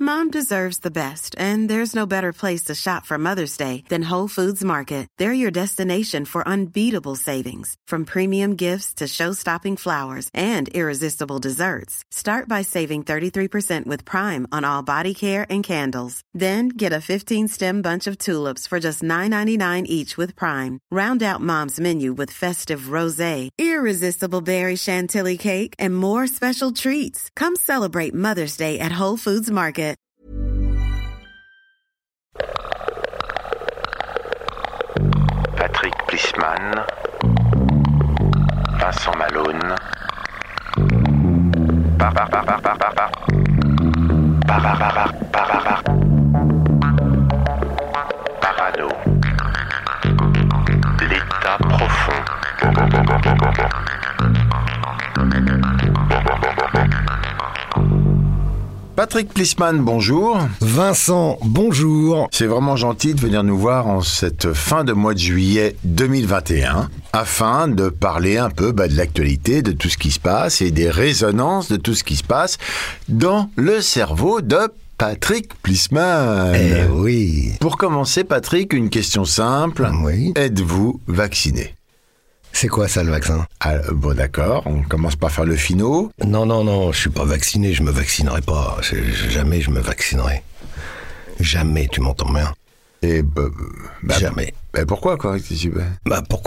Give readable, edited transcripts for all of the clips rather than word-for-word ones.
Mom deserves the best, and there's no better place to shop for Mother's Day than Whole Foods Market. They're your destination for unbeatable savings, from premium gifts to show-stopping flowers and irresistible desserts. Start by saving 33% with Prime on all body care and candles. Then get a 15-stem bunch of tulips for just $9.99 each with Prime. Round out Mom's menu with festive rosé, irresistible berry chantilly cake, and more special treats. Come celebrate Mother's Day at Whole Foods Market. Patrick Plisman, Vincent Malone, Parano, l'état profond. Patrick Plisman, bonjour. Vincent, bonjour. C'est vraiment gentil de venir nous voir en cette fin de mois de juillet 2021 afin de parler un peu de l'actualité, de tout ce qui se passe et des résonances de tout ce qui se passe dans le cerveau de Patrick Plisman. Eh oui. Pour commencer, Patrick, une question simple. Oui. Êtes-vous vacciné ? C'est quoi ça, le vaccin ? Bon, d'accord, on commence par faire le finot. Non, je suis pas vacciné, je me vaccinerai pas. Jamais je me vaccinerai. Jamais, tu m'entends bien ? Et Jamais. Pourquoi, quoi ? Pourquoi ?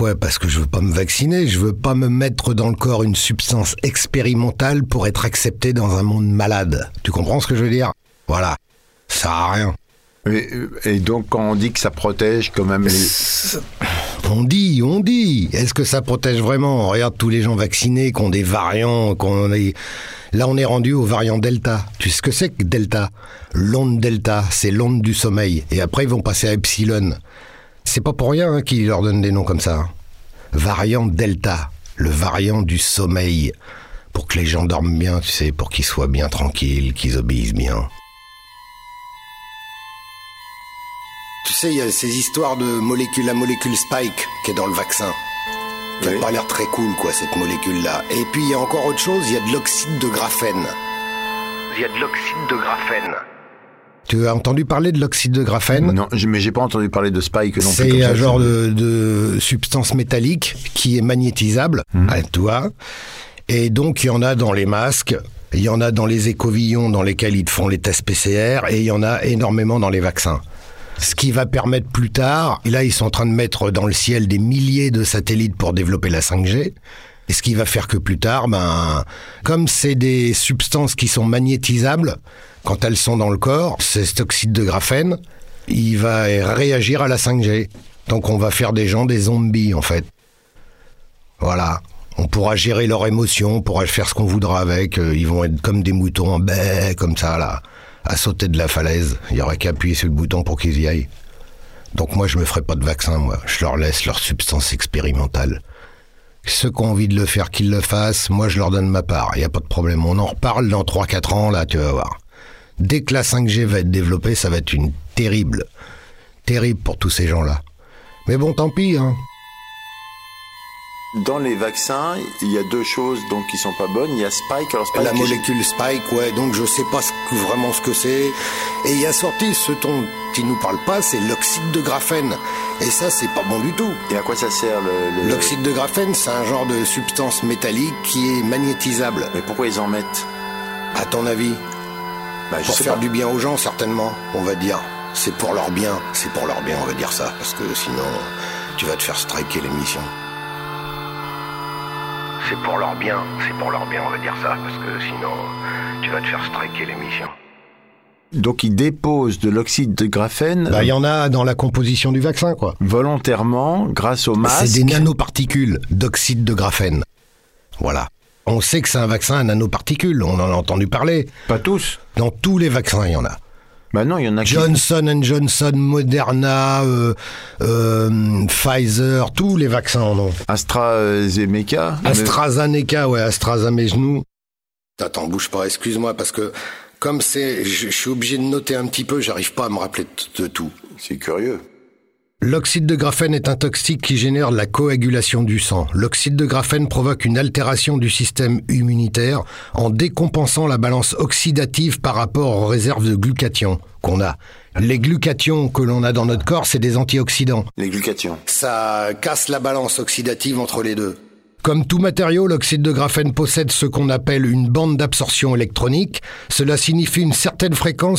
Parce que je veux pas me vacciner, je veux pas me mettre dans le corps une substance expérimentale pour être accepté dans un monde malade. Tu comprends ce que je veux dire ? Voilà, ça sert à rien. Et donc, quand on dit que ça protège quand même les... On dit. Est-ce que ça protège vraiment ? On regarde tous les gens vaccinés qui ont des variants, Là, on est rendu au variant Delta. Tu sais ce que c'est que Delta ? L'onde Delta, c'est l'onde du sommeil. Et après, ils vont passer à Epsilon. C'est pas pour rien qu'ils leur donnent des noms comme ça. Variant Delta, le variant du sommeil. Pour que les gens dorment bien, tu sais, pour qu'ils soient bien tranquilles, qu'ils obéissent bien. Tu sais, il y a ces histoires de la molécule Spike qui est dans le vaccin. Qui n'a pas l'air très cool, quoi, cette molécule-là. Et puis, il y a encore autre chose, il y a de l'oxyde de graphène. Tu as entendu parler de l'oxyde de graphène ? Non, mais j'ai pas entendu parler de Spike non plus. C'est un genre de substance métallique qui est magnétisable, tu vois. Et donc, il y en a dans les masques, il y en a dans les écouvillons dans lesquels ils font les tests PCR, et il y en a énormément dans les vaccins. Ce qui va permettre plus tard, et là ils sont en train de mettre dans le ciel des milliers de satellites pour développer la 5G, et ce qui va faire que plus tard, comme c'est des substances qui sont magnétisables, quand elles sont dans le corps, cet oxyde de graphène, il va réagir à la 5G. Donc on va faire des gens des zombies en fait. Voilà. On pourra gérer leurs émotions, on pourra faire ce qu'on voudra avec, ils vont être comme des moutons en baie, comme ça là. À sauter de la falaise, il y aurait qu'à appuyer sur le bouton pour qu'ils y aillent. Donc moi, je me ferai pas de vaccin, moi. Je leur laisse leur substance expérimentale. Ceux qui ont envie de le faire, qu'ils le fassent. Moi, je leur donne ma part. Il n'y a pas de problème. On en reparle dans 3-4 ans, là, tu vas voir. Dès que la 5G va être développée, ça va être une terrible pour tous ces gens-là. Mais bon, tant pis, hein. Dans les vaccins, il y a deux choses donc qui sont pas bonnes. Il y a Spike. Alors Spike, la molécule Spike, ouais. Donc je sais pas vraiment ce que c'est. Et il y a sorti ce dont il nous parle pas, c'est l'oxyde de graphène. Et ça, c'est pas bon du tout. Et à quoi ça sert L'oxyde de graphène, c'est un genre de substance métallique qui est magnétisable. Mais pourquoi ils en mettent ? À ton avis ? Pour faire du bien aux gens, certainement. On va dire. C'est pour leur bien. On va dire ça, parce que sinon, tu vas te faire striker l'émission. C'est pour leur bien, on va dire ça, parce que sinon, tu vas te faire striker l'émission. Donc ils déposent de l'oxyde de graphène... Il y en a dans la composition du vaccin, quoi. Volontairement, grâce au masque... C'est des nanoparticules d'oxyde de graphène. Voilà. On sait que c'est un vaccin à nanoparticules, on en a entendu parler. Pas tous. Dans tous les vaccins, il y en a. Non, il y en a Johnson & Johnson, Moderna, Pfizer, tous les vaccins en ont. AstraZeneca, ouais, AstraZeneca. Attends, bouge pas, excuse-moi, parce que comme je suis obligé de noter un petit peu, j'arrive pas à me rappeler de tout. C'est curieux. L'oxyde de graphène est un toxique qui génère la coagulation du sang. L'oxyde de graphène provoque une altération du système immunitaire en décompensant la balance oxydative par rapport aux réserves de glutathion qu'on a. Les glutathions que l'on a dans notre corps, c'est des antioxydants. Les glutathions. Ça casse la balance oxydative entre les deux. Comme tout matériau, l'oxyde de graphène possède ce qu'on appelle une bande d'absorption électronique. Cela signifie une certaine fréquence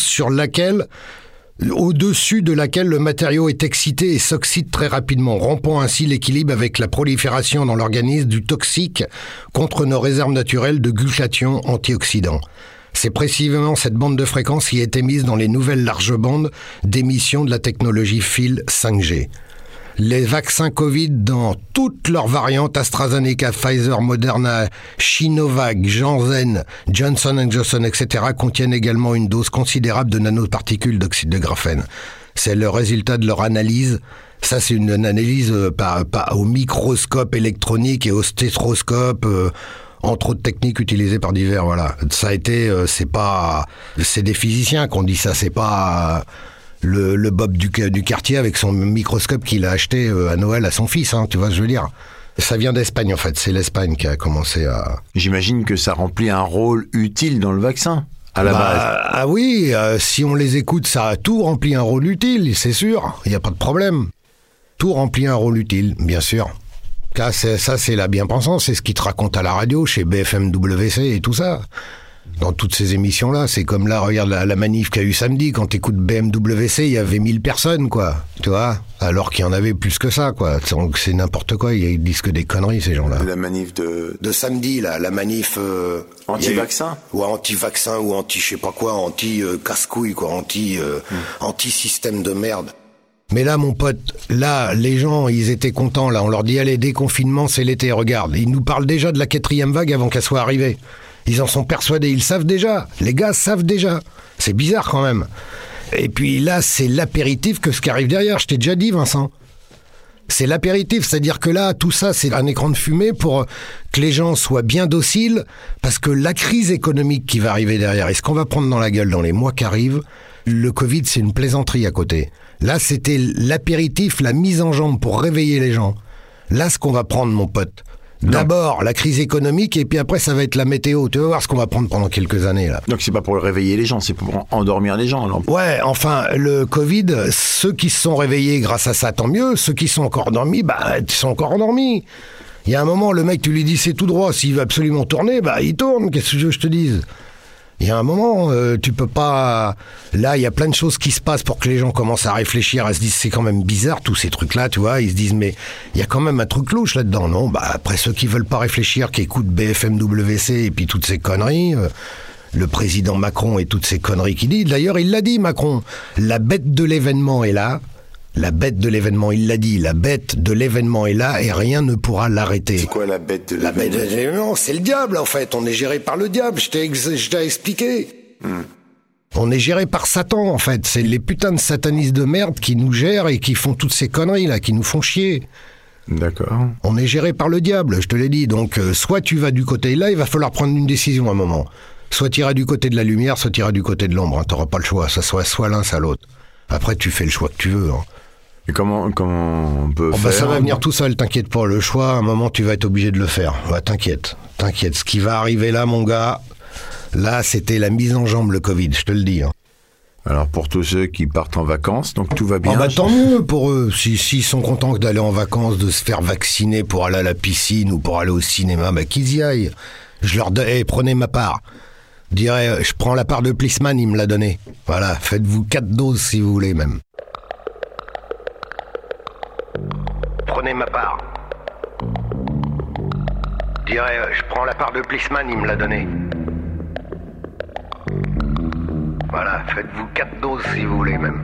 au-dessus de laquelle le matériau est excité et s'oxyde très rapidement, rompant ainsi l'équilibre avec la prolifération dans l'organisme du toxique contre nos réserves naturelles de glutathion antioxydants. C'est précisément cette bande de fréquence qui est émise dans les nouvelles larges bandes d'émission de la technologie fil 5G. Les vaccins Covid dans toutes leurs variantes, AstraZeneca, Pfizer, Moderna, Sinovac, Janssen, Johnson & Johnson, etc., contiennent également une dose considérable de nanoparticules d'oxyde de graphène. C'est le résultat de leur analyse. Ça, c'est une analyse au microscope électronique et au stéthoscope, entre autres techniques utilisées par divers, voilà. Ça a été, c'est des physiciens qui ont dit ça, c'est pas le Bob du quartier avec son microscope qu'il a acheté à Noël à son fils, hein, tu vois ce que je veux dire. Ça vient d'Espagne en fait, c'est l'Espagne qui a commencé à... J'imagine que ça remplit un rôle utile dans le vaccin, à la base. Ah oui, si on les écoute, ça a tout rempli un rôle utile, c'est sûr, il n'y a pas de problème. Tout remplit un rôle utile, bien sûr. Ça, c'est la bien-pensance, c'est ce qu'ils te racontent à la radio, chez BFM-WC et tout ça. Dans toutes ces émissions-là, c'est comme là, regarde la manif qu'il y a eu samedi, quand t'écoutes BMWC, il y avait 1000 personnes, quoi, tu vois, alors qu'il y en avait plus que ça, quoi. Donc c'est n'importe quoi, ils disent que des conneries, ces gens-là. La manif de samedi, là, la manif... anti-vaccin ou anti-vaccin, ou anti-je sais pas quoi, anti-casse-couille, quoi, anti-système de merde. Mais là, mon pote, là, les gens, ils étaient contents, là, on leur dit, allez, déconfinement, c'est l'été, regarde. Ils nous parlent déjà de la 4e vague avant qu'elle soit arrivée. Ils en sont persuadés, ils savent déjà. Les gars savent déjà. C'est bizarre quand même. Et puis là, c'est l'apéritif que ce qui arrive derrière. Je t'ai déjà dit, Vincent. C'est l'apéritif, c'est-à-dire que là, tout ça, c'est un écran de fumée pour que les gens soient bien dociles, parce que la crise économique qui va arriver derrière, et ce qu'on va prendre dans la gueule dans les mois qui arrivent, le Covid, c'est une plaisanterie à côté. Là, c'était l'apéritif, la mise en jambe pour réveiller les gens. Là, ce qu'on va prendre, mon pote, d'abord, la crise économique, et puis après, ça va être la météo. Tu vas voir ce qu'on va prendre pendant quelques années, là. Donc, c'est pas pour réveiller les gens, c'est pour endormir les gens, alors. Ouais, enfin, le Covid, ceux qui se sont réveillés grâce à ça, tant mieux. Ceux qui sont encore endormis, ils sont encore endormis. Il y a un moment, le mec, tu lui dis c'est tout droit. S'il veut absolument tourner, il tourne. Qu'est-ce que je te dise ? Il y a un moment, tu peux pas... Là, il y a plein de choses qui se passent pour que les gens commencent à réfléchir, à se dire c'est quand même bizarre, tous ces trucs-là, tu vois. Ils se disent, mais il y a quand même un truc louche là-dedans, non ? Après, ceux qui veulent pas réfléchir, qui écoutent BFM-WC et puis toutes ces conneries, le président Macron et toutes ces conneries qu'il dit. D'ailleurs, il l'a dit, Macron, la bête de l'événement est là. La bête de l'événement, il l'a dit, la bête de l'événement est là et rien ne pourra l'arrêter. C'est quoi la bête de l'événement ? La bête de l'événement, c'est le diable en fait, on est géré par le diable, je t'ai expliqué. On est géré par Satan en fait, c'est les putains de satanistes de merde qui nous gèrent et qui font toutes ces conneries là, qui nous font chier. D'accord. On est géré par le diable, je te l'ai dit, donc soit tu vas du côté là, il va falloir prendre une décision à un moment. Soit tu iras du côté de la lumière, soit tu iras du côté de l'ombre, t'auras pas le choix, ça soit l'un, soit l'autre. Après tu fais le choix que tu veux. Et comment on peut faire ? Ça va venir tout seul, t'inquiète pas. Le choix, à un moment, tu vas être obligé de le faire. Ouais, t'inquiète. Ce qui va arriver là, mon gars, là, c'était la mise en jambe, le Covid, je te le dis. Alors, pour tous ceux qui partent en vacances, donc tout va bien. Tant mieux pour eux. S'ils sont contents d'aller en vacances, de se faire vacciner pour aller à la piscine ou pour aller au cinéma, qu'ils y aillent. Je leur dis, prenez ma part. Je dirais, je prends la part de Plisman, il me l'a donné. Voilà, faites-vous 4 doses si vous voulez même. Prenez ma part. Je dirais, je prends la part de Plisman, il me l'a donné. Voilà, faites-vous 4 doses si vous voulez même.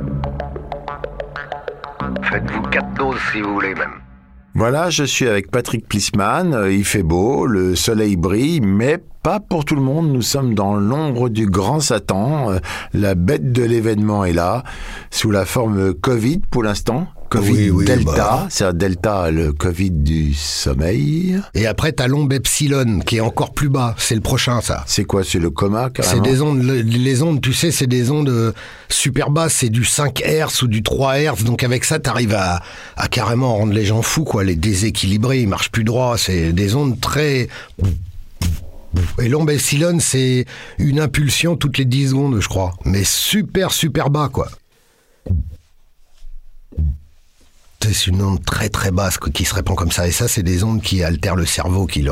Faites-vous 4 doses si vous voulez même. Voilà, je suis avec Patrick Plisman, il fait beau, le soleil brille, mais pas pour tout le monde. Nous sommes dans l'ombre du grand Satan. La bête de l'événement est là, sous la forme Covid pour l'instant. Covid Delta, c'est Delta, le Covid du sommeil. Et après, t'as l'onde Epsilon, qui est encore plus bas. C'est le prochain, ça. C'est quoi? C'est le coma, carrément? C'est des ondes, les ondes, tu sais, c'est des ondes super basses. C'est du 5 Hz ou du 3 Hz. Donc avec ça, t'arrives à carrément rendre les gens fous, quoi. Les déséquilibrer, ils marchent plus droit. C'est des ondes très... Et l'onde Epsilon, c'est une impulsion toutes les 10 secondes, je crois. Mais super, super bas, quoi. C'est une onde très très basse qui se répand comme ça. Et ça, c'est des ondes qui altèrent le cerveau, qui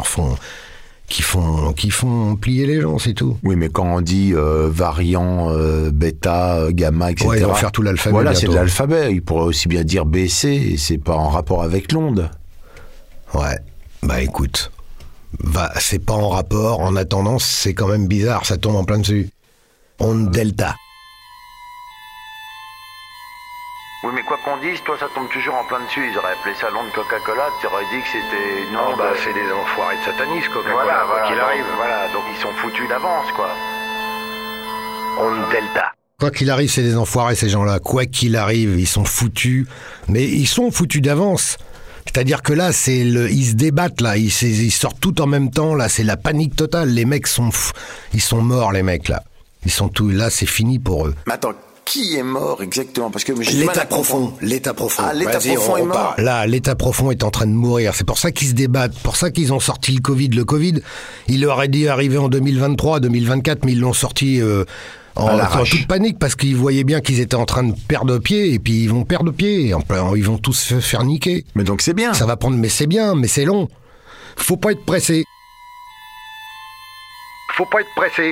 font plier les gens, c'est tout. Oui, mais quand on dit variant, bêta, gamma, etc. Ouais, ils vont faire tout l'alphabet. Voilà, bientôt. c'est de l'alphabet. Il pourrait aussi bien dire BC, et c'est pas en rapport avec l'onde. Ouais, bah écoute, c'est pas en rapport. En attendant, c'est quand même bizarre, ça tombe en plein dessus. Onde delta. Oui, mais quoi qu'on dise, toi, ça tombe toujours en plein dessus. Ils auraient appelé ça l'onde Coca-Cola, tu aurais dit que c'était... Non, c'est des enfoirés de satanistes, Coca-Cola, Voilà, quoi qu'il arrive. Voilà, donc ils sont foutus d'avance, quoi. Onde delta. Quoi qu'il arrive, c'est des enfoirés, ces gens-là. Quoi qu'il arrive, ils sont foutus. Mais ils sont foutus d'avance. C'est-à-dire que là, ils se débattent, là. Ils sortent tout en même temps, là. C'est la panique totale. Les mecs ils sont morts, les mecs, là. Ils sont tous... Là, c'est fini pour eux. Mais attends, qui est mort exactement? Parce que L'état profond. Ah, l'état profond est mort. Là, l'état profond est en train de mourir. C'est pour ça qu'ils se débattent. Pour ça qu'ils ont sorti le Covid. Le Covid, il leur aurait dit arriver en 2023, 2024, mais ils l'ont sorti en toute panique parce qu'ils voyaient bien qu'ils étaient en train de perdre pied et puis ils vont perdre pied. Ils vont tous se faire niquer. Mais donc c'est bien. Ça va prendre, mais c'est bien, mais c'est long. Faut pas être pressé. Faut pas être pressé.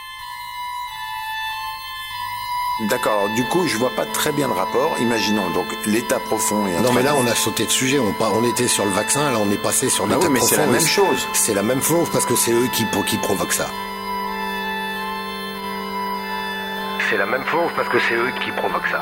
D'accord, du coup, je vois pas très bien le rapport. Imaginons donc l'état profond et... Non mais là on a sauté de sujet, on était sur le vaccin, là on est passé sur l'état oui, mais profond. c'est la même chose. C'est la même chose parce que c'est eux qui provoquent ça. C'est la même chose parce que c'est eux qui provoquent ça.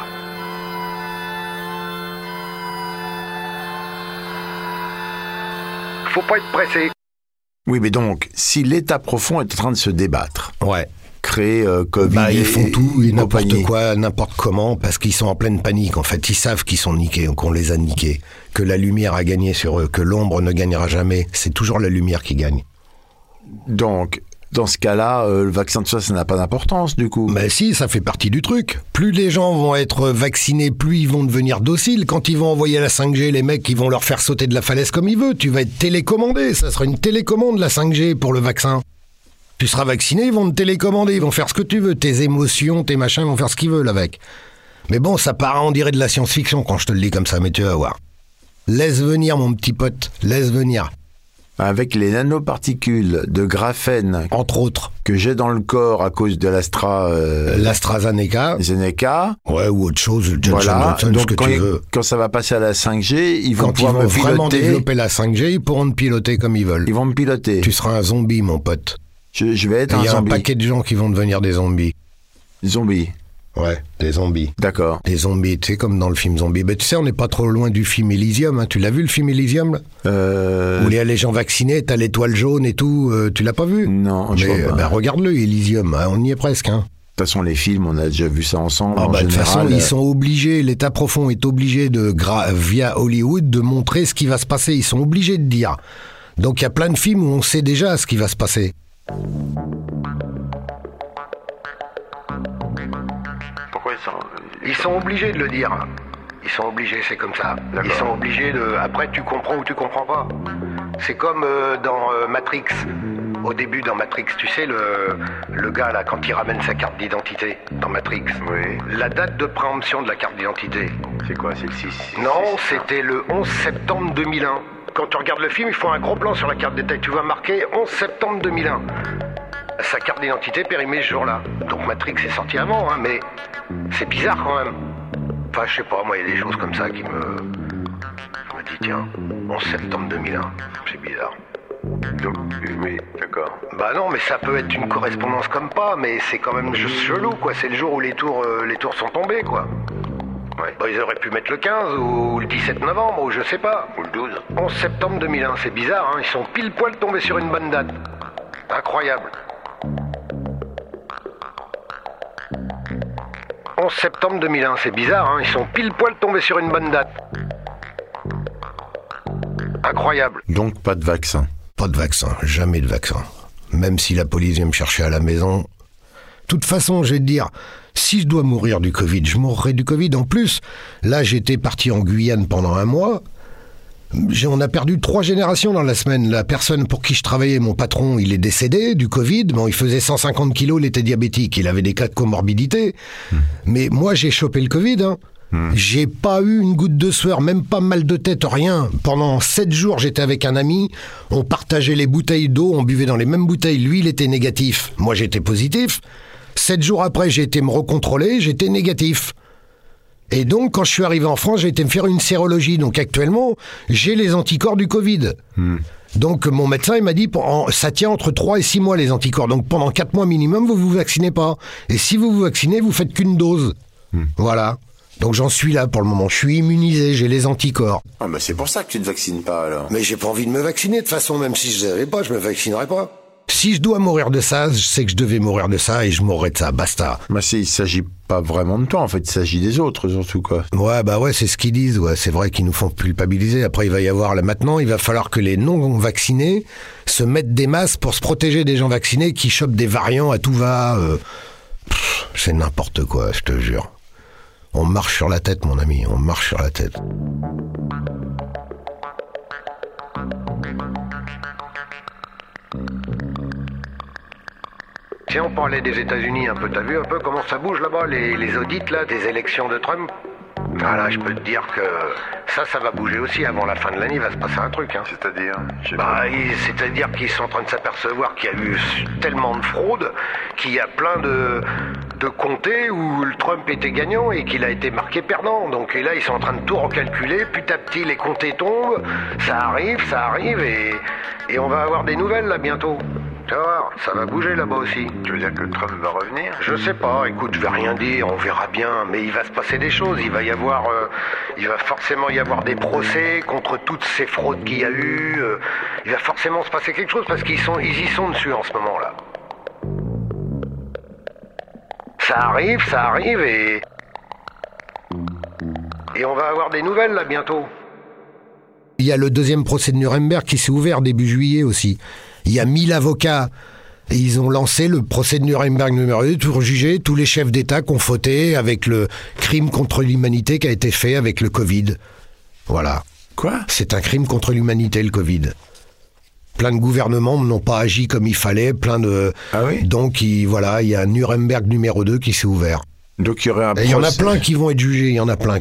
Faut pas être pressé. Oui, mais donc, si l'état profond est en train de se débattre... Ouais. Créer Covid ils font tout et n'importe compagnie. quoi, n'importe comment, parce qu'ils sont en pleine panique. En fait, ils savent qu'ils sont niqués, qu'on les a niqués, que la lumière a gagné sur eux, que l'ombre ne gagnera jamais. C'est toujours la lumière qui gagne. Donc, dans ce cas-là, le vaccin de ça n'a pas d'importance, du coup. Mais si, ça fait partie du truc. Plus les gens vont être vaccinés, plus ils vont devenir dociles. Quand ils vont envoyer la 5G, les mecs, ils vont leur faire sauter de la falaise comme ils veulent. Tu vas être télécommandé. Ça sera une télécommande, la 5G, pour le vaccin. Tu seras vacciné, ils vont te télécommander, ils vont faire ce que tu veux. Tes émotions, tes machins, ils vont faire ce qu'ils veulent avec. Mais bon, ça paraît, on dirait de la science-fiction quand je te le dis comme ça, mais tu vas voir. Laisse venir, mon petit pote, laisse venir. Avec les nanoparticules de graphène... Entre autres. Que j'ai dans le corps à cause de l'AstraZeneca. Ouais, ou autre chose, Johnson, donc ce que tu veux. Quand ça va passer à la 5G, ils vont pouvoir me piloter. Quand ils vont vraiment développer la 5G, ils pourront te piloter comme ils veulent. Ils vont me piloter. Tu seras un zombie, mon pote. Je vais être un zombie. Il y a un paquet de gens qui vont devenir des zombies. Zombies. Ouais, des zombies. D'accord. Des zombies, tu sais, comme dans le film Zombie. Mais tu sais, on n'est pas trop loin du film Elysium. Hein. Tu l'as vu, le film Elysium, là Où il y a les gens vaccinés, t'as l'étoile jaune et tout. Tu l'as pas vu? Non, je vois pas. Regarde-le, Elysium. Hein, on y est presque. Hein. De toute façon, les films, on a déjà vu ça ensemble. De toute façon, ils sont obligés, l'état profond est obligé, via Hollywood, de montrer ce qui va se passer. Ils sont obligés de dire. Donc il y a plein de films où on sait déjà ce qui va se passer. Pourquoi ils sont obligés de le dire. Ils sont obligés, c'est comme ça. Ils sont obligés de... Après, tu comprends ou tu comprends pas. C'est comme dans Matrix. Au début, dans Matrix, tu sais, le gars, là, quand il ramène sa carte d'identité dans Matrix. Oui. La date de préemption de la carte d'identité. C'est quoi, c'est le 6? Non, c'était le 11 septembre 2001. Quand tu regardes le film, ils font un gros plan sur la carte d'identité. Tu vas marquer 11 septembre 2001. Sa carte d'identité périmée ce jour-là. Donc Matrix est sorti avant, hein, mais c'est bizarre quand même. Enfin, je sais pas, moi, il y a des choses comme ça qui me... Je me dis, tiens, 11 septembre 2001, c'est bizarre. Donc, oui, d'accord. Bah non, mais ça peut être une correspondance comme pas, mais c'est quand même juste chelou, quoi. C'est le jour où les tours sont tombés, quoi. Ouais. Bah, ils auraient pu mettre le 15 ou le 17 novembre, ou je sais pas. Ou le 12. 11 septembre 2001, c'est bizarre, hein. Ils sont pile poil tombés sur une bonne date. Incroyable. 11 septembre 2001, c'est bizarre, hein, ils sont pile poil tombés sur une bonne date. Incroyable. Donc pas de vaccin. Pas de vaccin, jamais de vaccin. Même si la police vient me chercher à la maison. De toute façon, je vais te dire, si je dois mourir du Covid, je mourrai du Covid. En plus, là, j'étais parti en Guyane pendant 1 mois. On a perdu 3 générations dans la semaine. La personne pour qui je travaillais, mon patron, il est décédé du Covid. Bon, il faisait 150 kilos, il était diabétique, il avait des cas de comorbidité. Mais moi, j'ai chopé le Covid, hein. J'ai pas eu une goutte de sueur, même pas mal de tête, rien. Pendant 7 jours, j'étais avec un ami, on partageait les bouteilles d'eau, on buvait dans les mêmes bouteilles. Lui, il était négatif, moi j'étais positif. 7 jours après, j'ai été me recontrôler, j'étais négatif. Et donc, quand je suis arrivé en France, j'ai été me faire une sérologie. Donc actuellement, j'ai les anticorps du Covid. Donc mon médecin, il m'a dit, ça tient entre 3 et 6 mois les anticorps. Donc pendant 4 mois minimum, vous vaccinez pas. Et si vous vous vaccinez, vous faites qu'une dose. Voilà. Donc j'en suis là pour le moment. Je suis immunisé, j'ai les anticorps. Ah bah c'est pour ça que tu te vaccines pas alors. Mais j'ai pas envie de me vacciner de toute façon, même si je ne savais pas, je me vaccinerais pas. Si je dois mourir de ça, je sais que je devais mourir de ça et je mourrai de ça, basta. Mais il s'agit pas vraiment de toi en fait, il s'agit des autres surtout quoi. Ouais bah ouais, c'est ce qu'ils disent, ouais, c'est vrai qu'ils nous font culpabiliser. Après il va y avoir là maintenant, il va falloir que les non vaccinés se mettent des masques pour se protéger des gens vaccinés qui chopent des variants à tout va. C'est n'importe quoi, je te jure. On marche sur la tête, mon ami, on marche sur la tête. Tiens, on parlait des États-Unis un peu, t'as vu un peu comment ça bouge là-bas, les audits là, des élections de Trump? Voilà, je peux te dire que ça va bouger aussi. Avant la fin de l'année, il va se passer un truc. Hein. C'est-à-dire C'est-à-dire qu'ils sont en train de s'apercevoir qu'il y a eu tellement de fraude qu'il y a plein de comtés où le Trump était gagnant et qu'il a été marqué perdant. Donc et là, ils sont en train de tout recalculer. Petit à petit, les comtés tombent. Ça arrive et on va avoir des nouvelles là bientôt. Tu vas voir, ça va bouger là-bas aussi. Tu veux dire que Trump va revenir? Je sais pas, écoute, je vais rien dire, on verra bien, mais il va se passer des choses, il va forcément y avoir des procès contre toutes ces fraudes qu'il y a eu, il va forcément se passer quelque chose parce qu'ils y sont dessus en ce moment-là. Ça arrive et on va avoir des nouvelles là bientôt. Il y a le 2e procès de Nuremberg qui s'est ouvert début juillet aussi. Il y a 1000 avocats et ils ont lancé le procès de Nuremberg numéro 2 pour juger tous les chefs d'État qui ont fauté avec le crime contre l'humanité qui a été fait avec le Covid. Voilà. Quoi ? C'est un crime contre l'humanité, le Covid. Plein de gouvernements n'ont pas agi comme il fallait, Ah oui ? Donc, il y a un Nuremberg numéro 2 qui s'est ouvert. Donc il y aurait un procès. Il y en a plein qui vont être jugés,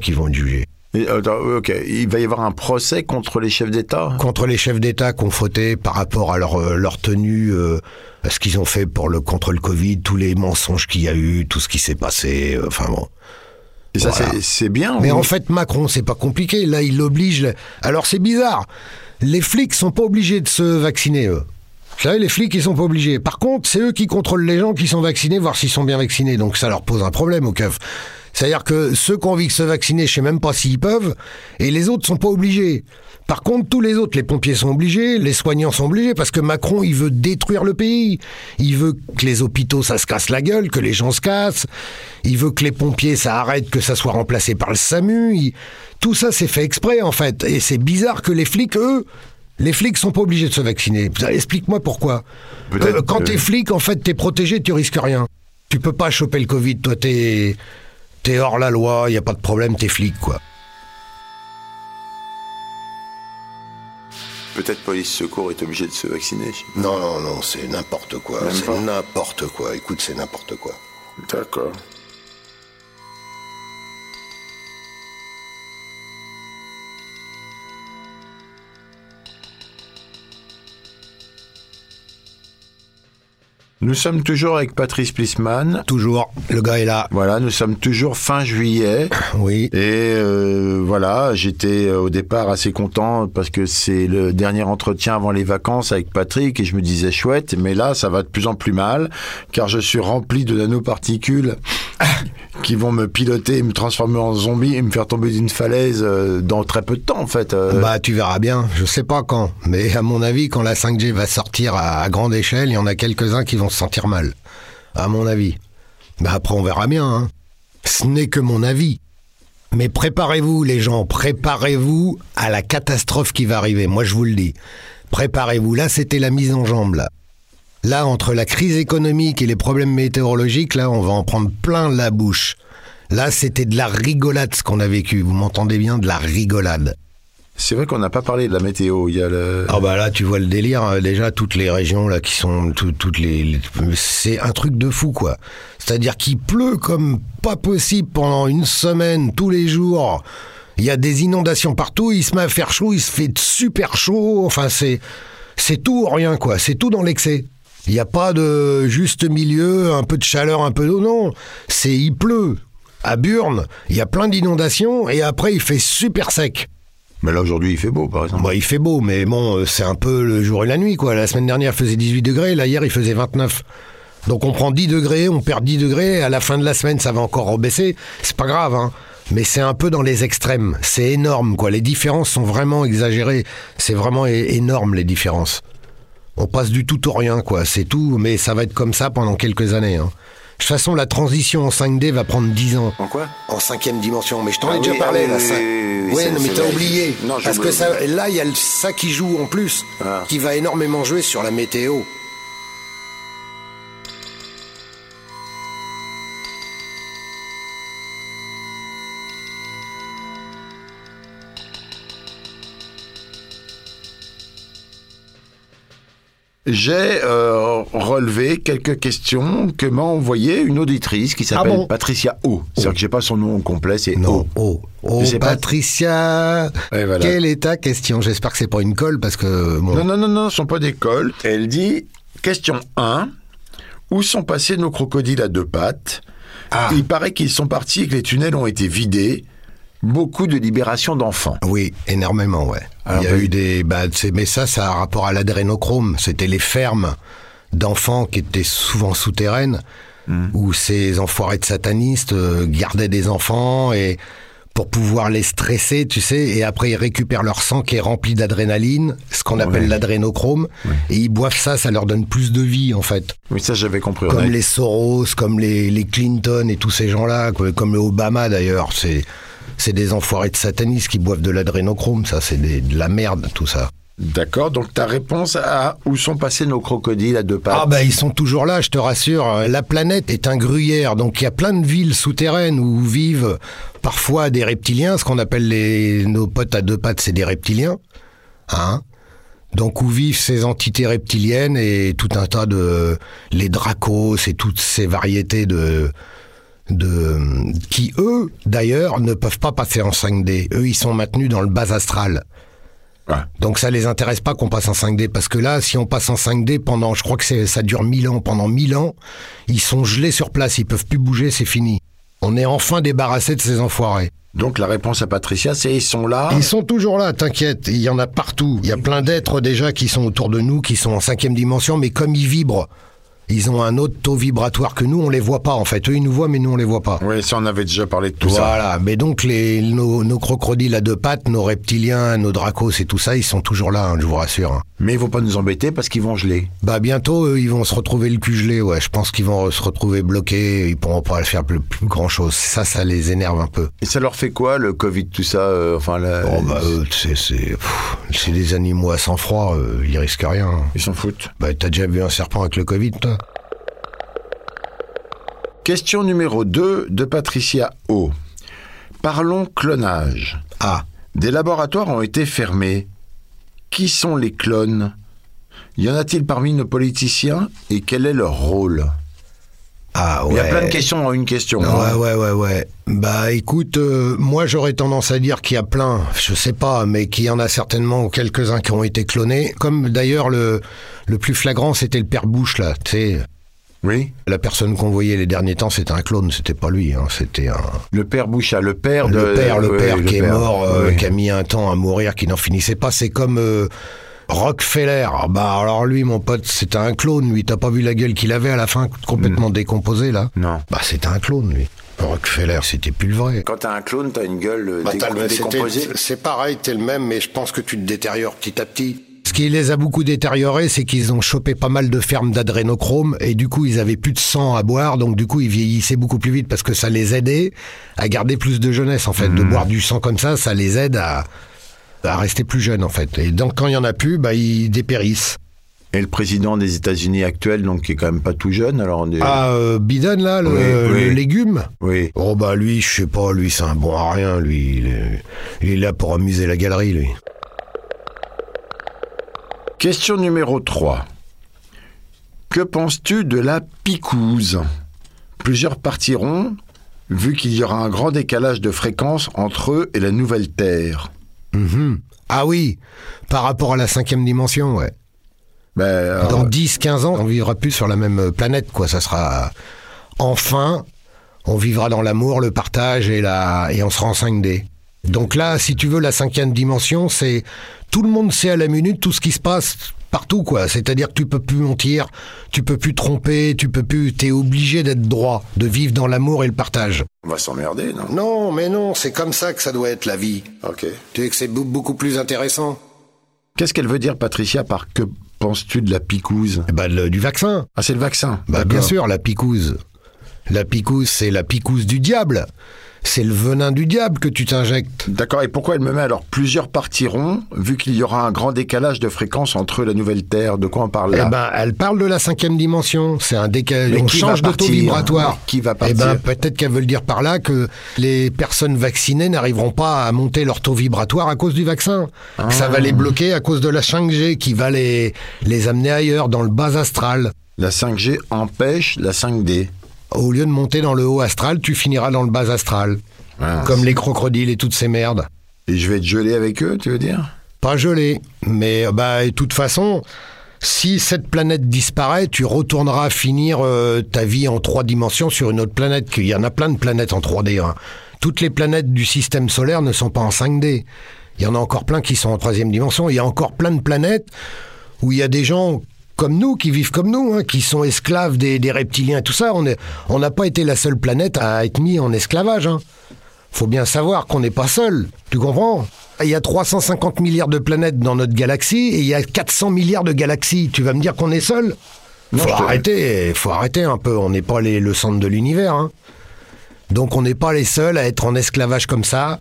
Ok, il va y avoir un procès contre les chefs d'État ? Contre les chefs d'État qui ont fauté par rapport à leur tenue, à ce qu'ils ont fait contre le Covid, tous les mensonges qu'il y a eu, tout ce qui s'est passé, enfin bon. Et ça, voilà. C'est bien. Mais en fait, Macron, c'est pas compliqué. Là, il l'oblige. Alors, c'est bizarre. Les flics sont pas obligés de se vacciner, eux. Vous savez, les flics, ils sont pas obligés. Par contre, c'est eux qui contrôlent les gens qui sont vaccinés, voir s'ils sont bien vaccinés. Donc, ça leur pose un problème au keuf. C'est-à-dire que ceux qui ont envie de se vacciner, je sais même pas s'ils peuvent, et les autres sont pas obligés. Par contre, tous les autres, les pompiers sont obligés, les soignants sont obligés, parce que Macron, il veut détruire le pays. Il veut que les hôpitaux, ça se casse la gueule, que les gens se cassent. Il veut que les pompiers, ça arrête, que ça soit remplacé par le SAMU. Tout ça, c'est fait exprès, en fait. Et c'est bizarre que les flics, eux, les flics sont pas obligés de se vacciner. Explique-moi pourquoi. Quand t'es flic, en fait, t'es protégé, tu risques rien. Tu peux pas choper le Covid, toi, t'es hors la loi, y a pas de problème, t'es flic, quoi. Peut-être Police Secours est obligé de se vacciner. Non, c'est n'importe quoi. C'est n'importe quoi. Écoute, c'est n'importe quoi. D'accord. Nous sommes toujours avec Patrice Plisman. Toujours, le gars est là. Voilà, nous sommes toujours fin juillet. Oui. Et voilà, j'étais au départ assez content parce que c'est le dernier entretien avant les vacances avec Patrick et je me disais chouette, mais là ça va de plus en plus mal car je suis rempli de nanoparticules qui vont me piloter, me transformer en zombie et me faire tomber d'une falaise dans très peu de temps, en fait. Bah, tu verras bien. Je sais pas quand. Mais à mon avis, quand la 5G va sortir à grande échelle, il y en a quelques-uns qui vont se sentir mal. À mon avis. Bah, après, on verra bien, hein. Ce n'est que mon avis. Mais préparez-vous, les gens. Préparez-vous à la catastrophe qui va arriver. Moi, je vous le dis. Préparez-vous. Là, c'était la mise en jambe, là. Là, entre la crise économique et les problèmes météorologiques, là, on va en prendre plein la bouche. Là, c'était de la rigolade ce qu'on a vécu. Vous m'entendez bien, de la rigolade. C'est vrai qu'on n'a pas parlé de la météo. Il y a le... Ah bah là, tu vois le délire. Déjà, toutes les régions là qui sont toutes les... c'est un truc de fou, quoi. C'est-à-dire qu'il pleut comme pas possible pendant une semaine, tous les jours. Il y a des inondations partout. Il se met à faire chaud. Il se fait super chaud. Enfin, c'est tout ou rien, quoi. C'est tout dans l'excès. Il n'y a pas de juste milieu, un peu de chaleur, un peu d'eau, non. Il pleut. À Burne, il y a plein d'inondations et après il fait super sec. Mais là aujourd'hui il fait beau par exemple. Bah, il fait beau, mais bon, c'est un peu le jour et la nuit, quoi. La semaine dernière il faisait 18 degrés, là hier il faisait 29. Donc on prend 10 degrés, on perd 10 degrés, à la fin de la semaine ça va encore rebaisser. C'est pas grave, hein. Mais c'est un peu dans les extrêmes. C'est énorme, quoi. Les différences sont vraiment exagérées. C'est vraiment énorme les différences. On passe du tout au rien, quoi. C'est tout, mais ça va être comme ça pendant quelques années, hein. De toute façon, la transition en 5D va prendre 10 ans. En quoi ? En 5e dimension. Mais je t'en ai déjà parlé, là. Oui, mais t'as oublié. Non, parce que ça, là, il y a ça qui joue en plus, qui va énormément jouer sur la météo. J'ai relevé quelques questions que m'a envoyé une auditrice qui s'appelle Patricia O. C'est-à-dire que j'ai pas son nom complet, c'est O. Patricia, voilà. Quelle est ta question ? J'espère que c'est pas une colle parce que... Bon. Non, ce sont pas des colles. Elle dit, question 1, où sont passés nos crocodiles à deux pattes ? Il paraît qu'ils sont partis et que les tunnels ont été vidés. Beaucoup de libération d'enfants. Oui, énormément, ouais. Alors, il y a eu des... mais ça a un rapport à l'adrénochrome. C'était les fermes d'enfants qui étaient souvent souterraines, où ces enfoirés de satanistes gardaient des enfants et pour pouvoir les stresser, tu sais, et après ils récupèrent leur sang qui est rempli d'adrénaline, ce qu'on appelle l'adrénochrome, et ils boivent ça leur donne plus de vie, en fait. Oui, ça j'avais compris. Comme les Soros, comme les Clinton et tous ces gens-là, comme le Obama d'ailleurs, c'est des enfoirés de satanistes qui boivent de l'adrénochrome, ça, c'est de la merde, tout ça. D'accord, donc ta réponse à où sont passés nos crocodiles à deux pattes ? Ils sont toujours là, je te rassure. La planète est un gruyère, donc il y a plein de villes souterraines où vivent parfois des reptiliens, ce qu'on appelle nos potes à deux pattes, c'est des reptiliens, hein ? Donc où vivent ces entités reptiliennes et tout un tas les dracos et toutes ces variétés qui, eux, d'ailleurs, ne peuvent pas passer en 5D. Eux, ils sont maintenus dans le bas astral. Ouais. Donc ça les intéresse pas qu'on passe en 5D, parce que là, si on passe en 5D pendant, je crois que ça dure 1000 ans, pendant 1000 ans, ils sont gelés sur place, ils peuvent plus bouger, c'est fini. On est enfin débarrassé de ces enfoirés. Donc la réponse à Patricia, c'est ils sont là. Ils sont toujours là, t'inquiète, il y en a partout. Il y a plein d'êtres déjà qui sont autour de nous, qui sont en 5e dimension, mais comme ils vibrent, ils ont un autre taux vibratoire que nous, on les voit pas en fait. Eux, ils nous voient, mais nous, on les voit pas. Oui, ça, on avait déjà parlé de tout ça. Voilà, mais donc nos crocodiles à deux pattes, nos reptiliens, nos dracos et tout ça, ils sont toujours là, hein, je vous rassure. Hein. Mais ils vont pas nous embêter parce qu'ils vont geler. Bientôt, eux, ils vont se retrouver le cul gelé, ouais. Je pense qu'ils vont se retrouver bloqués, ils pourront pas faire plus grand chose. Ça les énerve un peu. Et ça leur fait quoi, le Covid, tout ça c'est des animaux à sang-froid, ils risquent rien. Ils s'en foutent. T'as déjà vu un serpent avec le Covid, toi ? Question numéro 2 de Patricia O. Parlons clonage. Des laboratoires ont été fermés. Qui sont les clones ? Y en a-t-il parmi nos politiciens ? Et quel est leur rôle ? Ouais. Il y a plein de questions en une question. Ouais. Écoute, moi j'aurais tendance à dire qu'il y a plein, je sais pas, mais qu'il y en a certainement quelques-uns qui ont été clonés. Comme d'ailleurs le plus flagrant, c'était le père Bush, là, tu sais. Oui. La personne qu'on voyait les derniers temps, c'était un clone, c'était pas lui, hein, c'était un... Le père Boucha, le père qui est mort, qui a mis un temps à mourir, qui n'en finissait pas. C'est comme Rockefeller. Alors lui, mon pote, c'était un clone, lui. T'as pas vu la gueule qu'il avait à la fin, complètement décomposé, là ? Non. C'était un clone, lui. Rockefeller, c'était plus le vrai. Quand t'as un clone, t'as une gueule C'était- décomposée. C'est pareil, t'es le même, mais je pense que tu te détériores petit à petit. Ce qui les a beaucoup détériorés, c'est qu'ils ont chopé pas mal de fermes d'adrénochrome et du coup, ils avaient plus de sang à boire, donc du coup, ils vieillissaient beaucoup plus vite parce que ça les aidait à garder plus de jeunesse, en fait. De boire du sang comme ça les aide à rester plus jeunes, en fait. Et donc, quand il y en a plus, ils dépérissent. Et le président des États-Unis actuel, donc qui est quand même pas tout jeune, alors Biden, là, Oui. le légume. oui. Oh lui, je sais pas, lui, c'est un bon à rien, lui. Il est là pour amuser la galerie, lui. Question numéro 3. Que penses-tu de la picouse ? Plusieurs partiront, vu qu'il y aura un grand décalage de fréquence entre eux et la nouvelle Terre. Ah oui, par rapport à la 5e dimension, ouais. Ben, Dans 10-15 ans, on vivra plus sur la même planète, quoi. Ça sera... Enfin, on vivra dans l'amour, le partage et on sera en 5D. Donc là, si tu veux, la 5e dimension, c'est... Tout le monde sait à la minute tout ce qui se passe partout, quoi. C'est-à-dire que tu peux plus mentir, tu peux plus tromper, t'es obligé d'être droit, de vivre dans l'amour et le partage. on va s'emmerder, non ? Non, mais non, c'est comme ça que ça doit être la vie. Ok. Tu sais que c'est beaucoup plus intéressant. Qu'est-ce qu'elle veut dire, Patricia, par que penses-tu de la picouse ? Du vaccin. Ah, c'est le vaccin. Bien D'accord. sûr, la picouse. La picouse, c'est la picouse du diable. C'est le venin du diable que tu t'injectes. D'accord, et pourquoi elle me met alors plusieurs partiront, vu qu'il y aura un grand décalage de fréquence entre la nouvelle Terre ? De quoi on parle là ? Elle parle de la 5e dimension. C'est un décalage. Mais On qui change va de taux partir ? vibratoire. Qui va partir ? Peut-être qu'elle veut le dire par là que les personnes vaccinées n'arriveront pas à monter leur taux vibratoire à cause du vaccin. Que ça va les bloquer à cause de la 5G qui va les amener ailleurs, dans le bas astral. La 5G empêche la 5D. Au lieu de monter dans le haut astral, tu finiras dans le bas astral. Ah, Comme les crocodiles et toutes ces merdes. Et je vais être gelé avec eux, tu veux dire ? Pas gelé. Mais de toute façon, si cette planète disparaît, tu retourneras finir ta vie en 3 dimensions sur une autre planète. Il y en a plein de planètes en 3D. Hein. Toutes les planètes du système solaire ne sont pas en 5D. Il y en a encore plein qui sont en 3e dimension. Il y a encore plein de planètes où il y a des gens comme nous, qui vivent comme nous, hein, qui sont esclaves des reptiliens et tout ça. On n'a pas été la seule planète à être mis en esclavage. Hein. Faut bien savoir qu'on n'est pas seul, tu comprends ? Il y a 350 milliards de planètes dans notre galaxie et il y a 400 milliards de galaxies. Tu vas me dire qu'on est seul ? Faut arrêter un peu, on n'est pas le centre de l'univers. Hein. Donc on n'est pas les seuls à être en esclavage comme ça.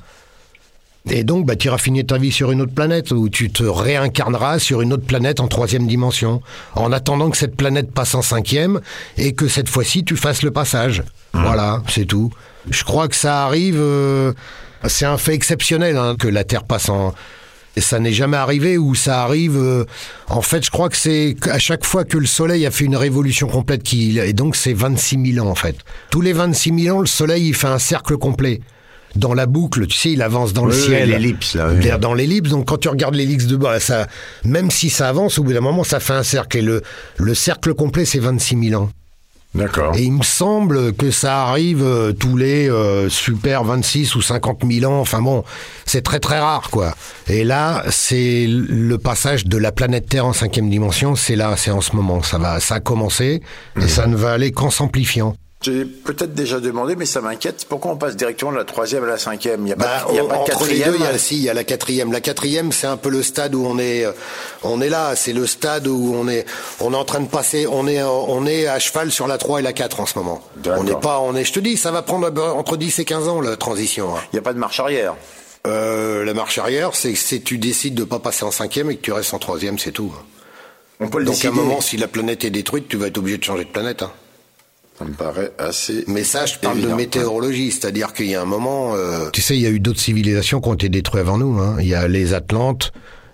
Et donc, tu iras finir ta vie sur une autre planète où tu te réincarneras sur une autre planète en 3e dimension. En attendant que cette planète passe en 5e et que cette fois-ci, tu fasses le passage. Voilà, c'est tout. Je crois que ça arrive... c'est un fait exceptionnel hein, que la Terre passe en... Et ça n'est jamais arrivé où ça arrive... en fait, je crois que c'est à chaque fois que le Soleil a fait une révolution complète, et donc c'est 26 000 ans en fait. Tous les 26 000 ans, le Soleil il fait un cercle complet. Dans la boucle, tu sais, il avance dans le ciel. L'ellipse, là. Oui. Dans l'ellipse, donc quand tu regardes l'ellipse de bas, ça, même si ça avance, au bout d'un moment, ça fait un cercle. Et le cercle complet, c'est 26 000 ans. D'accord. Et il me semble que ça arrive tous les super 26 ou 50 000 ans. Enfin bon, c'est très très rare, quoi. Et là, c'est le passage de la planète Terre en 5e dimension. C'est là, c'est en ce moment. Ça a commencé et ça ne va aller qu'en s'amplifiant. J'ai peut-être déjà demandé, mais ça m'inquiète. Pourquoi on passe directement de la 3e à la 5e ? Il n'y a pas de entre les 4e. deux, il y a la 4e. La 4e, c'est un peu le stade où on est là. C'est le stade où on est en train de passer. On est à cheval sur la 3 et la 4 en ce moment. D'accord. Je te dis, ça va prendre entre 10 et 15 ans, la transition. Hein. Il n'y a pas de marche arrière. La marche arrière, c'est si tu décides de pas passer en 5e et que tu restes en 3e, c'est tout. On peut le Donc décider. à un moment, si la planète est détruite, tu vas être obligé de changer de planète. Hein. Ça me paraît assez... Mais ça, je parle évident. de météorologie, c'est-à-dire qu'il y a un moment... Tu sais, il y a eu d'autres civilisations qui ont été détruites avant nous. Hein. Il y a les Atlantes,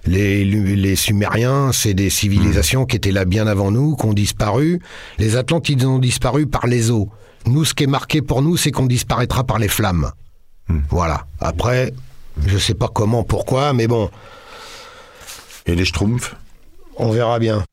les Sumériens, c'est des civilisations qui étaient là bien avant nous, qui ont disparu. Les Atlantes, ils ont disparu par les eaux. Nous, ce qui est marqué pour nous, c'est qu'on disparaîtra par les flammes. Voilà. Après, je sais pas comment, pourquoi, mais bon... Et les Schtroumpfs ? On verra bien.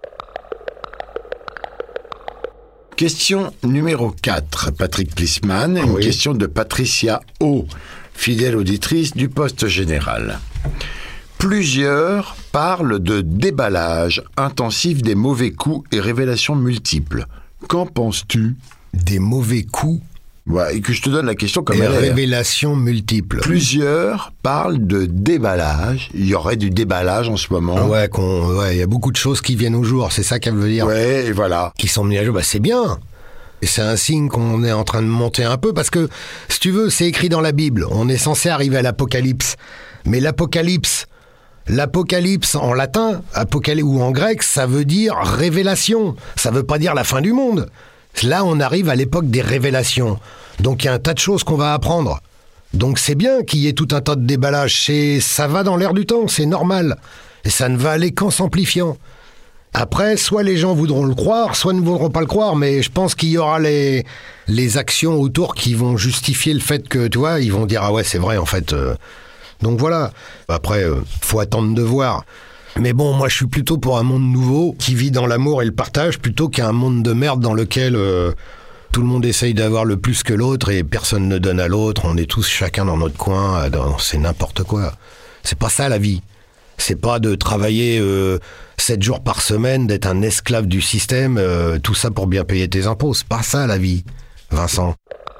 Question numéro 4, Patrick Plisman, une question de Patricia O, fidèle auditrice du Poste Général. Plusieurs parlent de déballage intensif des mauvais coups et révélations multiples. Qu'en penses-tu ? Des mauvais coups ? Ouais, et que je te donne la question comme Et elle est. révélations multiples. Plusieurs parlent de déballage. Il y aurait du déballage en ce moment. Ouais, il y a beaucoup de choses qui viennent au jour, c'est ça qu'elle veut dire. Ouais, et voilà. Qui sont mis à jour, bah c'est bien. Et c'est un signe qu'on est en train de monter un peu, parce que, si tu veux, c'est écrit dans la Bible. On est censé arriver à l'Apocalypse. Mais l'Apocalypse en latin, ou en grec, ça veut dire révélation. Ça veut pas dire la fin du monde. Là, on arrive à l'époque des révélations. Donc, il y a un tas de choses qu'on va apprendre. Donc, c'est bien qu'il y ait tout un tas de déballages. Ça va dans l'air du temps, c'est normal. Et ça ne va aller qu'en s'amplifiant. Après, soit les gens voudront le croire, soit ne voudront pas le croire, mais je pense qu'il y aura les actions autour qui vont justifier le fait que, tu vois, ils vont dire « Ah ouais, c'est vrai, en fait. » Donc voilà. Après, faut attendre de voir. Mais bon, moi, je suis plutôt pour un monde nouveau qui vit dans l'amour et le partage, plutôt qu'un monde de merde dans lequel tout le monde essaye d'avoir le plus que l'autre et personne ne donne à l'autre. On est tous chacun dans notre coin. C'est n'importe quoi. C'est pas ça, la vie. C'est pas de travailler 7 jours par semaine, d'être un esclave du système, tout ça pour bien payer tes impôts. C'est pas ça, la vie, Vincent.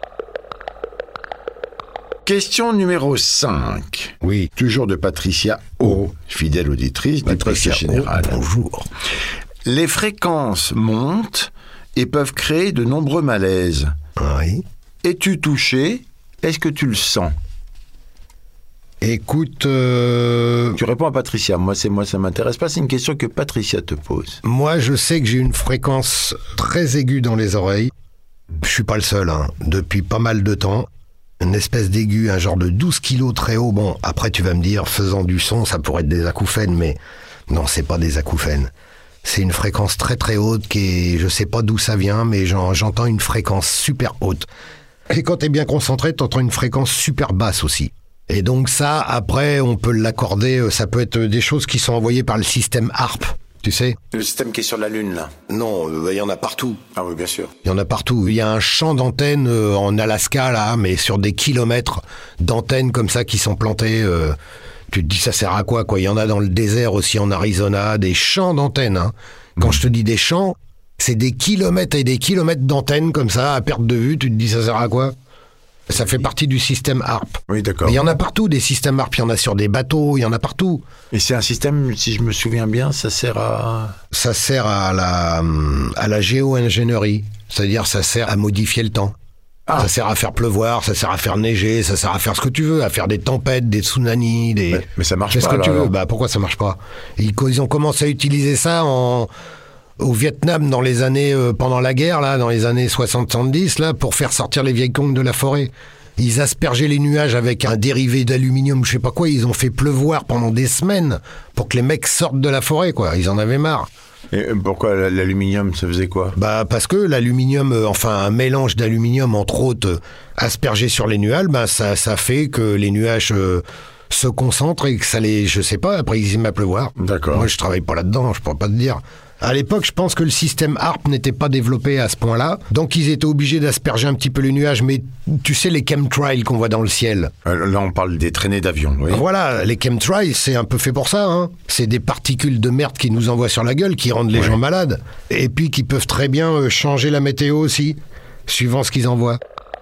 Question numéro 5. Oui. Toujours de Patricia O, fidèle auditrice du Presse Générale. Bonjour. Les fréquences montent et peuvent créer de nombreux malaises. Oui. Es-tu touché? Est-ce que tu le sens? Écoute... Tu réponds à Patricia. Moi, ça m'intéresse pas. C'est une question que Patricia te pose. Moi, je sais que j'ai une fréquence très aiguë dans les oreilles. Je suis pas le seul, hein. Depuis pas mal de temps. Une espèce d'aigu, un genre de 12 kilos très haut. Bon, après tu vas me dire, faisant du son, ça pourrait être des acouphènes, mais non, c'est pas des acouphènes. C'est une fréquence très très haute qui est, je sais pas d'où ça vient, mais j'entends une fréquence super haute. Et quand t'es bien concentré, t'entends une fréquence super basse aussi. Et donc ça, après, on peut l'accorder, ça peut être des choses qui sont envoyées par le système HARP. Tu sais ? Le système qui est sur la Lune, là. Non, il y en a partout. Ah oui, bien sûr. Il y en a partout. Il y a un champ d'antennes en Alaska, là, mais sur des kilomètres d'antennes comme ça qui sont plantées. Tu te dis, ça sert à quoi, quoi ? Il y en a dans le désert aussi, en Arizona, des champs d'antennes. Hein. Quand je te dis des champs, c'est des kilomètres et des kilomètres d'antennes comme ça, à perte de vue. Tu te dis, ça sert à quoi ? Ça fait partie du système HARP. Oui, d'accord. Il y en a partout, des systèmes HARP. Il y en a sur des bateaux, il y en a partout. Et c'est un système, si je me souviens bien, ça sert à... Ça sert à la géo-ingénierie. C'est-à-dire, ça sert à modifier le temps. Ah. Ça sert à faire pleuvoir, ça sert à faire neiger, ça sert à faire ce que tu veux, à faire des tempêtes, des tsunamis, des... Mais ça marche pas, ce que là, tu veux. alors. Bah, pourquoi ça marche pas ? Ils ont commencé à utiliser ça au Vietnam dans les années pendant la guerre là, dans les années 60-70 là, pour faire sortir les vieilles conques de la forêt. Ils aspergeaient les nuages avec un dérivé d'aluminium, je sais pas quoi. Ils ont fait pleuvoir pendant des semaines pour que les mecs sortent de la forêt, quoi. Ils en avaient marre. Et pourquoi l'aluminium, ça faisait quoi ? Bah parce que l'aluminium, enfin un mélange d'aluminium entre autres aspergé sur les nuages, bah ça fait que les nuages se concentrent et que ça les, je sais pas, après ils y mettent à pleuvoir. D'accord. Moi je travaille pas là-dedans, je pourrais pas te dire. À l'époque, je pense que le système HARP n'était pas développé à ce point-là, donc ils étaient obligés d'asperger un petit peu les nuages, mais tu sais les chemtrails qu'on voit dans le ciel. Là, on parle des traînées d'avions, oui. Voilà, les chemtrails, c'est un peu fait pour ça, hein. C'est des particules de merde qui nous envoient sur la gueule, qui rendent les gens malades, et puis qui peuvent très bien changer la météo aussi, suivant ce qu'ils envoient.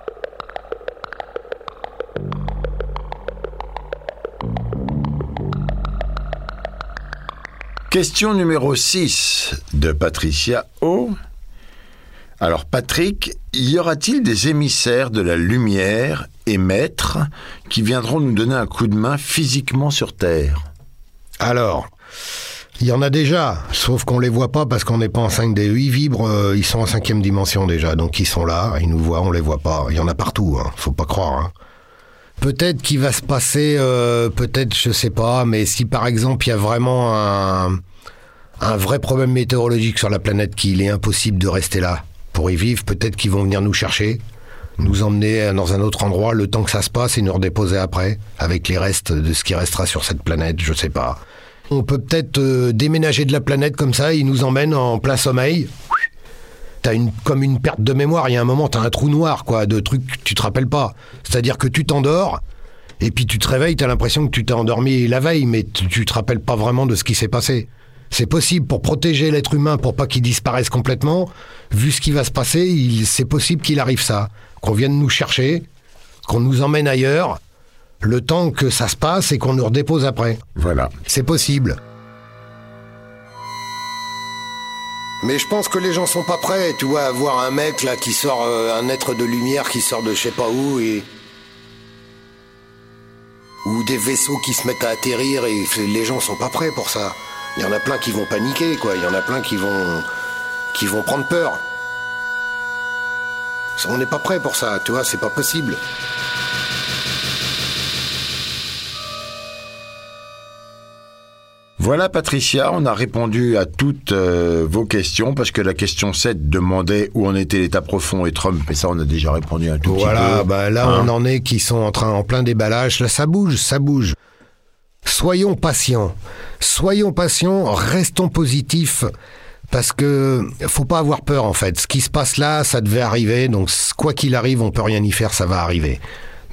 Question numéro 6 de Patricia O. Alors Patrick, y aura-t-il des émissaires de la lumière et maîtres qui viendront nous donner un coup de main physiquement sur Terre ? Alors, il y en a déjà, sauf qu'on les voit pas parce qu'on n'est pas en 5D. Ils vibrent, ils sont en 5e dimension déjà, donc ils sont là, ils nous voient, on les voit pas. Il y en a partout, hein, faut pas croire. Hein. Peut-être qu'il va se passer, peut-être, je sais pas, mais si par exemple il y a vraiment un vrai problème météorologique sur la planète, qu'il est impossible de rester là pour y vivre, peut-être qu'ils vont venir nous chercher, nous emmener dans un autre endroit le temps que ça se passe et nous redéposer après, avec les restes de ce qui restera sur cette planète, je sais pas. On peut peut-être déménager de la planète comme ça, ils nous emmènent en plein sommeil. T'as comme une perte de mémoire, il y a un moment, t'as un trou noir, quoi, de trucs que tu te rappelles pas. C'est-à-dire que tu t'endors, et puis tu te réveilles, t'as l'impression que tu t'es endormi la veille, mais tu te rappelles pas vraiment de ce qui s'est passé. C'est possible pour protéger l'être humain, pour pas qu'il disparaisse complètement. Vu ce qui va se passer, c'est possible qu'il arrive ça. Qu'on vienne nous chercher, qu'on nous emmène ailleurs, le temps que ça se passe et qu'on nous redépose après. Voilà. C'est possible. Mais je pense que les gens sont pas prêts, tu vois, à voir un mec là qui sort, un être de lumière qui sort de je sais pas où ou des vaisseaux qui se mettent à atterrir et les gens sont pas prêts pour ça. Il y en a plein qui vont paniquer, quoi. Il y en a plein qui vont prendre peur. On n'est pas prêt pour ça, tu vois, c'est pas possible. Voilà Patricia, on a répondu à toutes vos questions parce que la question 7 demandait où en était l'État profond et Trump, et ça on a déjà répondu un tout petit peu. Voilà, bah là on en est qui sont en plein déballage, là ça bouge. Soyons patients, restons positifs parce que faut pas avoir peur en fait. Ce qui se passe là, ça devait arriver, donc quoi qu'il arrive, on peut rien y faire, ça va arriver. D'accord ?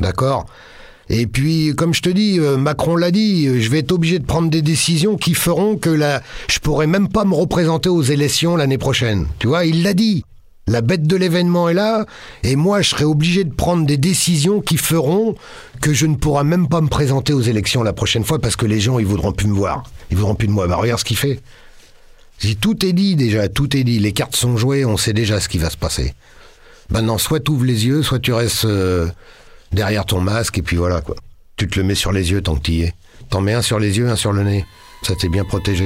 Et puis, comme je te dis, Macron l'a dit, je vais être obligé de prendre des décisions qui feront que je pourrai même pas me représenter aux élections l'année prochaine. Tu vois, il l'a dit. La bête de l'événement est là, et moi, je serai obligé de prendre des décisions qui feront que je ne pourrai même pas me présenter aux élections la prochaine fois parce que les gens, ils voudront plus me voir. Ils voudront plus de moi. Bah, regarde ce qu'il fait. Tout est dit déjà, tout est dit. Les cartes sont jouées, on sait déjà ce qui va se passer. Maintenant, soit tu ouvres les yeux, soit tu restes... derrière ton masque, et puis voilà, quoi. Tu te le mets sur les yeux tant que t'y es. T'en mets un sur les yeux, un sur le nez. Ça t'est bien protégé.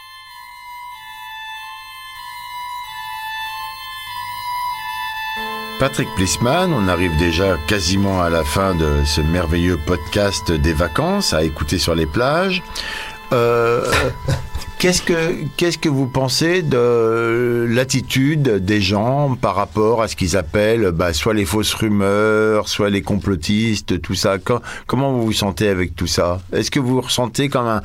Patrick Plisman, on arrive déjà quasiment à la fin de ce merveilleux podcast des vacances à écouter sur les plages. Qu'est-ce que vous pensez de l'attitude des gens par rapport à ce qu'ils appellent soit les fausses rumeurs, soit les complotistes, tout ça? Comment vous vous sentez avec tout ça? Est-ce que vous ressentez comme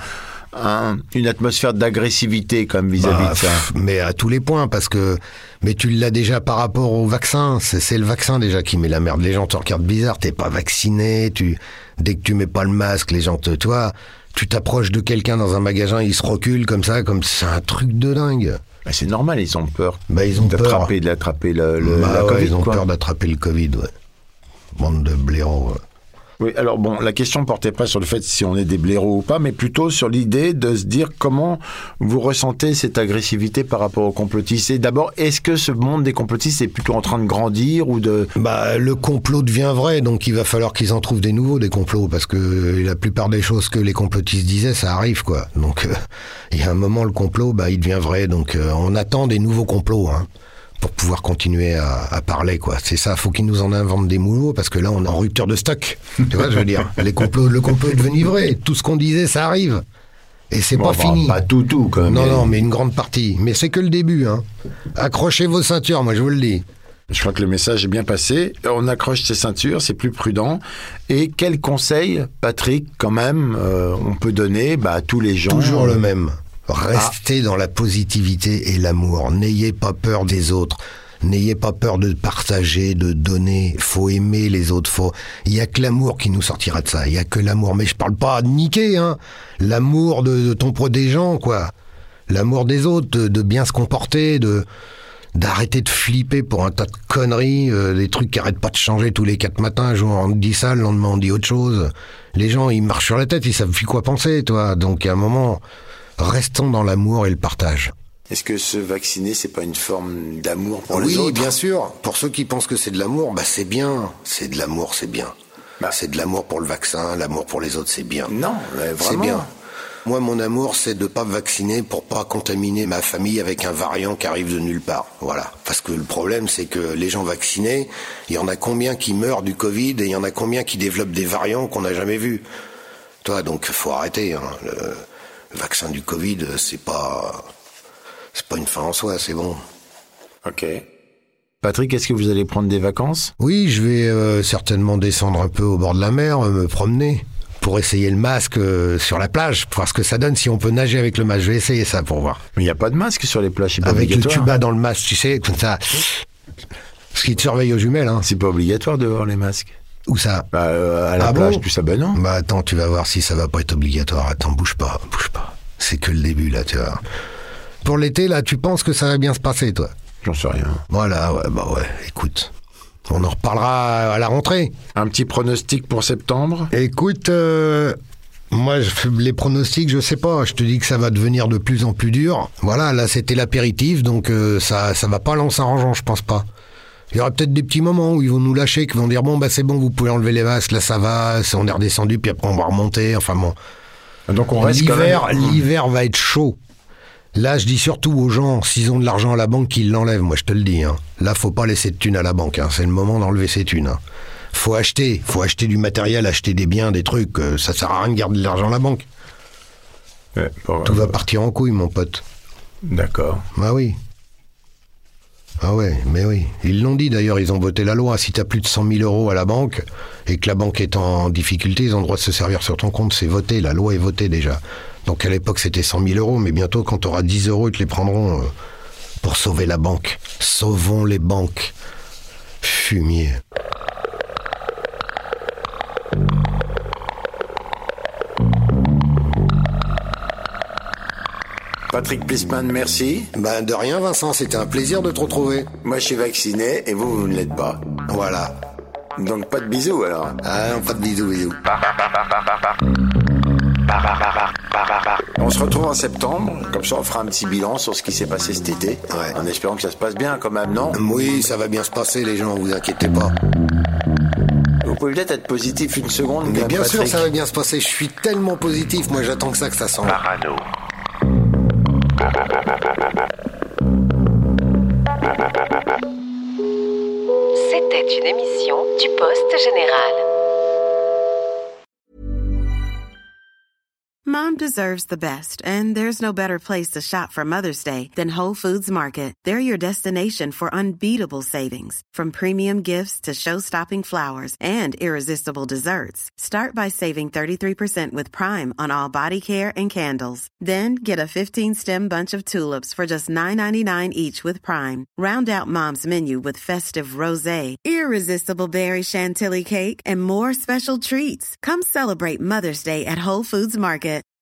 une atmosphère d'agressivité comme vis-à-vis de ça? Mais à tous les points, mais tu l'as déjà par rapport au vaccin. C'est le vaccin déjà qui met la merde. Les gens te regardent bizarre, t'es pas vacciné, dès que tu mets pas le masque, les gens toi, tu t'approches de quelqu'un dans un magasin, il se recule comme ça, comme c'est un truc de dingue. Bah c'est normal, ils ont peur. Ils ont d'attraper la Covid. Ils ont peur d'attraper le Covid, ouais. Bande de blaireaux. Ouais. Oui, alors bon, la question portait pas sur le fait si on est des blaireaux ou pas, mais plutôt sur l'idée de se dire comment vous ressentez cette agressivité par rapport aux complotistes. Et d'abord, est-ce que ce monde des complotistes est plutôt en train de grandir ou de... Le complot devient vrai, donc il va falloir qu'ils en trouvent des nouveaux, des complots, parce que la plupart des choses que les complotistes disaient, ça arrive, quoi. Donc, il y a un moment, le complot, il devient vrai, donc on attend des nouveaux complots, hein, pour pouvoir continuer à parler, quoi. C'est ça, faut qu'ils nous en inventent des nouveaux, parce que là, on est en rupture de stock. Tu vois, je veux dire, le complot est devenu vrai. Tout ce qu'on disait, ça arrive. Et c'est pas fini. Pas tout, quand même. Non, mais une grande partie. Mais c'est que le début, hein. Accrochez vos ceintures, moi, je vous le dis. Je crois que le message est bien passé. On accroche ses ceintures, c'est plus prudent. Et quel conseil, Patrick, quand même, on peut donner à tous les gens? Toujours le même. Restez dans la positivité et l'amour. N'ayez pas peur des autres. N'ayez pas peur de partager, de donner. Faut aimer les autres. Il y a que l'amour qui nous sortira de ça. Il y a que l'amour. Mais je parle pas de niquer, hein. L'amour de des gens, quoi. L'amour des autres, de bien se comporter, d'arrêter de flipper pour un tas de conneries, des trucs qui arrêtent pas de changer tous les 4 matins. Un jour on dit ça, le lendemain on dit autre chose. Les gens, ils marchent sur la tête, ils savent plus quoi penser, toi. Donc à un moment, restons dans l'amour et le partage. Est-ce que se vacciner, c'est pas une forme d'amour pour les autres? Oui, bien sûr. Pour ceux qui pensent que c'est de l'amour, c'est bien. C'est de l'amour, c'est bien. C'est de l'amour pour le vaccin, l'amour pour les autres, c'est bien. Non, mais vraiment. C'est bien. Moi, mon amour, c'est de pas me vacciner pour pas contaminer ma famille avec un variant qui arrive de nulle part. Voilà. Parce que le problème, c'est que les gens vaccinés, il y en a combien qui meurent du Covid et il y en a combien qui développent des variants qu'on n'a jamais vus. Toi, donc, faut arrêter, hein. Le vaccin du Covid, c'est pas une fin en soi, c'est bon. Ok. Patrick, est-ce que vous allez prendre des vacances? Oui, je vais certainement descendre un peu au bord de la mer, me promener, pour essayer le masque sur la plage, pour voir ce que ça donne, si on peut nager avec le masque. Je vais essayer ça pour voir. Mais il n'y a pas de masque sur les plages, c'est pas avec obligatoire. Le tuba dans le masque, tu sais, comme ça. Ce qui te surveille aux jumelles, hein. C'est pas obligatoire de voir les masques. Où ça? À la plage, tout ça, non. Attends, tu vas voir si ça va pas être obligatoire. Attends, bouge pas. C'est que le début, là, tu vois. Pour l'été, là, tu penses que ça va bien se passer, toi? J'en sais rien. Voilà, ouais, écoute. On en reparlera à la rentrée. Un petit pronostic pour septembre? Écoute, moi, les pronostics, je sais pas. Je te dis que ça va devenir de plus en plus dur. Voilà, là, c'était l'apéritif, donc ça va pas en s'arrangeant, je pense pas. Il y aura peut-être des petits moments où ils vont nous lâcher, qui vont dire, bon, bah c'est bon, vous pouvez enlever les masques, là, ça va, on est redescendu, puis après, on va remonter, enfin bon. Donc on reste quand même... L'hiver va être chaud. Là, je dis surtout aux gens, s'ils ont de l'argent à la banque, qu'ils l'enlèvent, moi je te le dis. Hein. Là, faut pas laisser de thunes à la banque. Hein. C'est le moment d'enlever ces thunes. Hein. Faut acheter du matériel, acheter des biens, des trucs. Ça sert à rien de garder de l'argent à la banque. Ouais, Tout va partir en couille, mon pote. D'accord. Ah oui. Ah ouais, mais oui. Ils l'ont dit d'ailleurs, ils ont voté la loi. Si t'as plus de 100 000 euros à la banque et que la banque est en difficulté, ils ont le droit de se servir sur ton compte. C'est voté, la loi est votée déjà. Donc à l'époque c'était 100 000 euros, mais bientôt quand tu auras 10 euros, ils te les prendront pour sauver la banque. Sauvons les banques. Fumier. Patrick Plisman, merci. Ben de rien Vincent, c'était un plaisir de te retrouver. Moi je suis vacciné et vous ne l'êtes pas. Voilà. Donc pas de bisous alors. Ah non, pas de bisous. On se retrouve en septembre, comme ça on fera un petit bilan sur ce qui s'est passé cet été, en espérant que ça se passe bien quand même, non? Oui, ça va bien se passer les gens, vous inquiétez pas. Vous pouvez peut-être être positif une seconde. Mais bien Patrick. sûr ça va bien se passer, je suis tellement positif, moi j'attends que ça s'en va. Parano. C'était une émission du Poste Général. Mom deserves the best, and there's no better place to shop for Mother's Day than Whole Foods Market. They're your destination for unbeatable savings, from premium gifts to show-stopping flowers and irresistible desserts. Start by saving 33% with Prime on all body care and candles. Then get a 15-stem bunch of tulips for just $9.99 each with Prime. Round out Mom's menu with festive rosé, irresistible berry chantilly cake, and more special treats. Come celebrate Mother's Day at Whole Foods Market.